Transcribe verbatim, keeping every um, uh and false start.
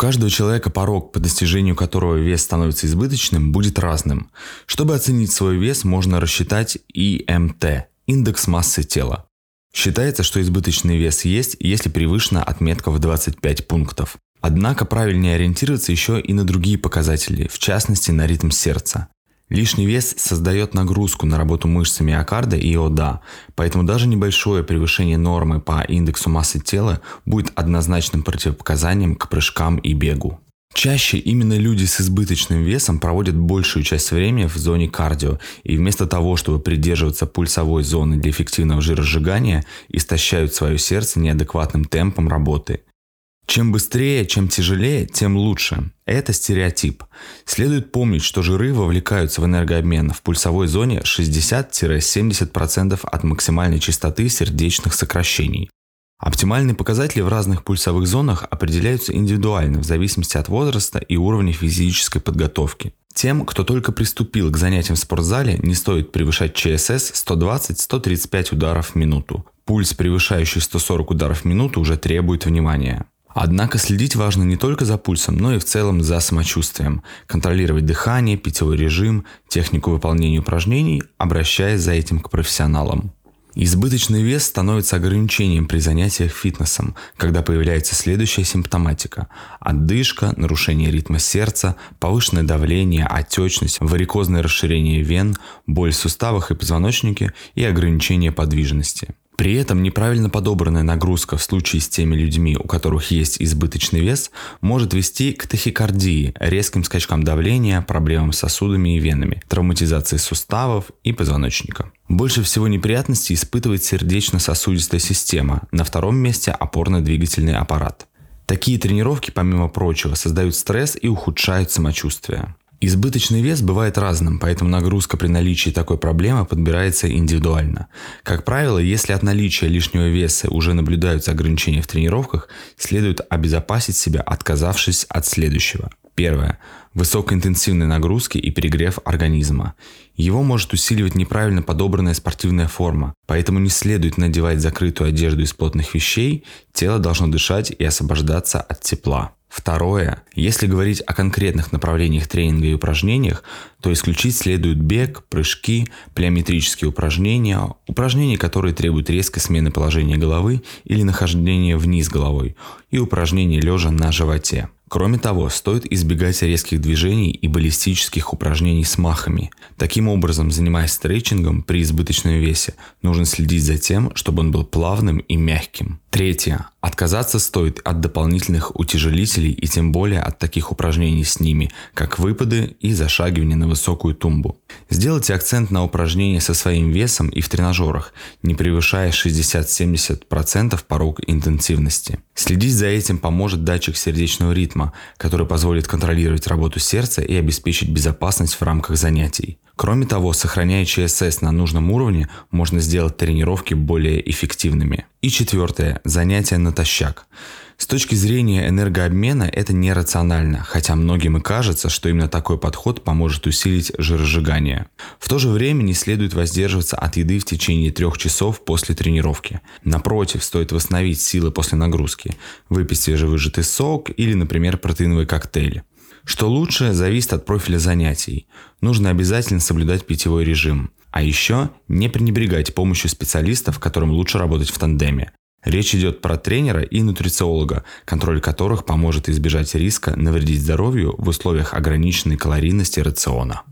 каждого человека порог, по достижению которого вес становится избыточным, будет разным. Чтобы оценить свой вес, можно рассчитать И Эм Тэ – индекс массы тела. Считается, что избыточный вес есть, если превышена отметка в двадцать пять пунктов. Однако правильнее ориентироваться еще и на другие показатели, в частности на ритм сердца. Лишний вес создает нагрузку на работу мышц миокарда и О Д А, поэтому даже небольшое превышение нормы по индексу массы тела будет однозначным противопоказанием к прыжкам и бегу. Чаще именно люди с избыточным весом проводят большую часть времени в зоне кардио и вместо того, чтобы придерживаться пульсовой зоны для эффективного жиросжигания, истощают свое сердце неадекватным темпом работы. Чем быстрее, чем тяжелее, тем лучше. Это стереотип. Следует помнить, что жиры вовлекаются в энергообмен в пульсовой зоне шестьдесят-семьдесят процентов от максимальной частоты сердечных сокращений. Оптимальные показатели в разных пульсовых зонах определяются индивидуально в зависимости от возраста и уровня физической подготовки. Тем, кто только приступил к занятиям в спортзале, не стоит превышать Ч С С сто двадцать - сто тридцать пять ударов в минуту. Пульс, превышающий сто сорок ударов в минуту, уже требует внимания. Однако следить важно не только за пульсом, но и в целом за самочувствием, контролировать дыхание, питьевой режим, технику выполнения упражнений, обращаясь за этим к профессионалам. Избыточный вес становится ограничением при занятиях фитнесом, когда появляется следующая симптоматика – отдышка, нарушение ритма сердца, повышенное давление, отечность, варикозное расширение вен, боль в суставах и позвоночнике и ограничение подвижности. При этом неправильно подобранная нагрузка в случае с теми людьми, у которых есть избыточный вес, может вести к тахикардии, резким скачкам давления, проблемам с сосудами и венами, травматизации суставов и позвоночника. Больше всего неприятностей испытывает сердечно-сосудистая система, на втором месте опорно-двигательный аппарат. Такие тренировки, помимо прочего, создают стресс и ухудшают самочувствие. Избыточный вес бывает разным, поэтому нагрузка при наличии такой проблемы подбирается индивидуально. Как правило, если от наличия лишнего веса уже наблюдаются ограничения в тренировках, следует обезопасить себя, отказавшись от следующего. Первое. Высокоинтенсивные нагрузки и перегрев организма. Его может усиливать неправильно подобранная спортивная форма, поэтому не следует надевать закрытую одежду из плотных вещей, тело должно дышать и освобождаться от тепла. Второе. Если говорить о конкретных направлениях тренинга и упражнениях, то исключить следует бег, прыжки, плеометрические упражнения, упражнения, которые требуют резкой смены положения головы или нахождения вниз головой, и упражнения лежа на животе. Кроме того, стоит избегать резких движений и баллистических упражнений с махами. Таким образом, занимаясь стретчингом при избыточном весе, нужно следить за тем, чтобы он был плавным и мягким. Третье. Отказаться стоит от дополнительных утяжелителей и тем более от таких упражнений с ними, как выпады и зашагивание на высокую тумбу. Сделайте акцент на упражнения со своим весом и в тренажерах, не превышая шестьдесят-семьдесят процентов порог интенсивности. Следить за этим поможет датчик сердечного ритма, который позволит контролировать работу сердца и обеспечить безопасность в рамках занятий. Кроме того, сохраняя Ч С С на нужном уровне, можно сделать тренировки более эффективными. И четвертое. Занятия натощак. С точки зрения энергообмена это нерационально, хотя многим и кажется, что именно такой подход поможет усилить жиросжигание. В то же время не следует воздерживаться от еды в течение трех часов после тренировки. Напротив, стоит восстановить силы после нагрузки, выпить свежевыжатый сок или, например, протеиновый коктейль. Что лучше, зависит от профиля занятий. Нужно обязательно соблюдать питьевой режим. А еще не пренебрегать помощью специалистов, которым лучше работать в тандеме. Речь идет про тренера и нутрициолога, контроль которых поможет избежать риска навредить здоровью в условиях ограниченной калорийности рациона.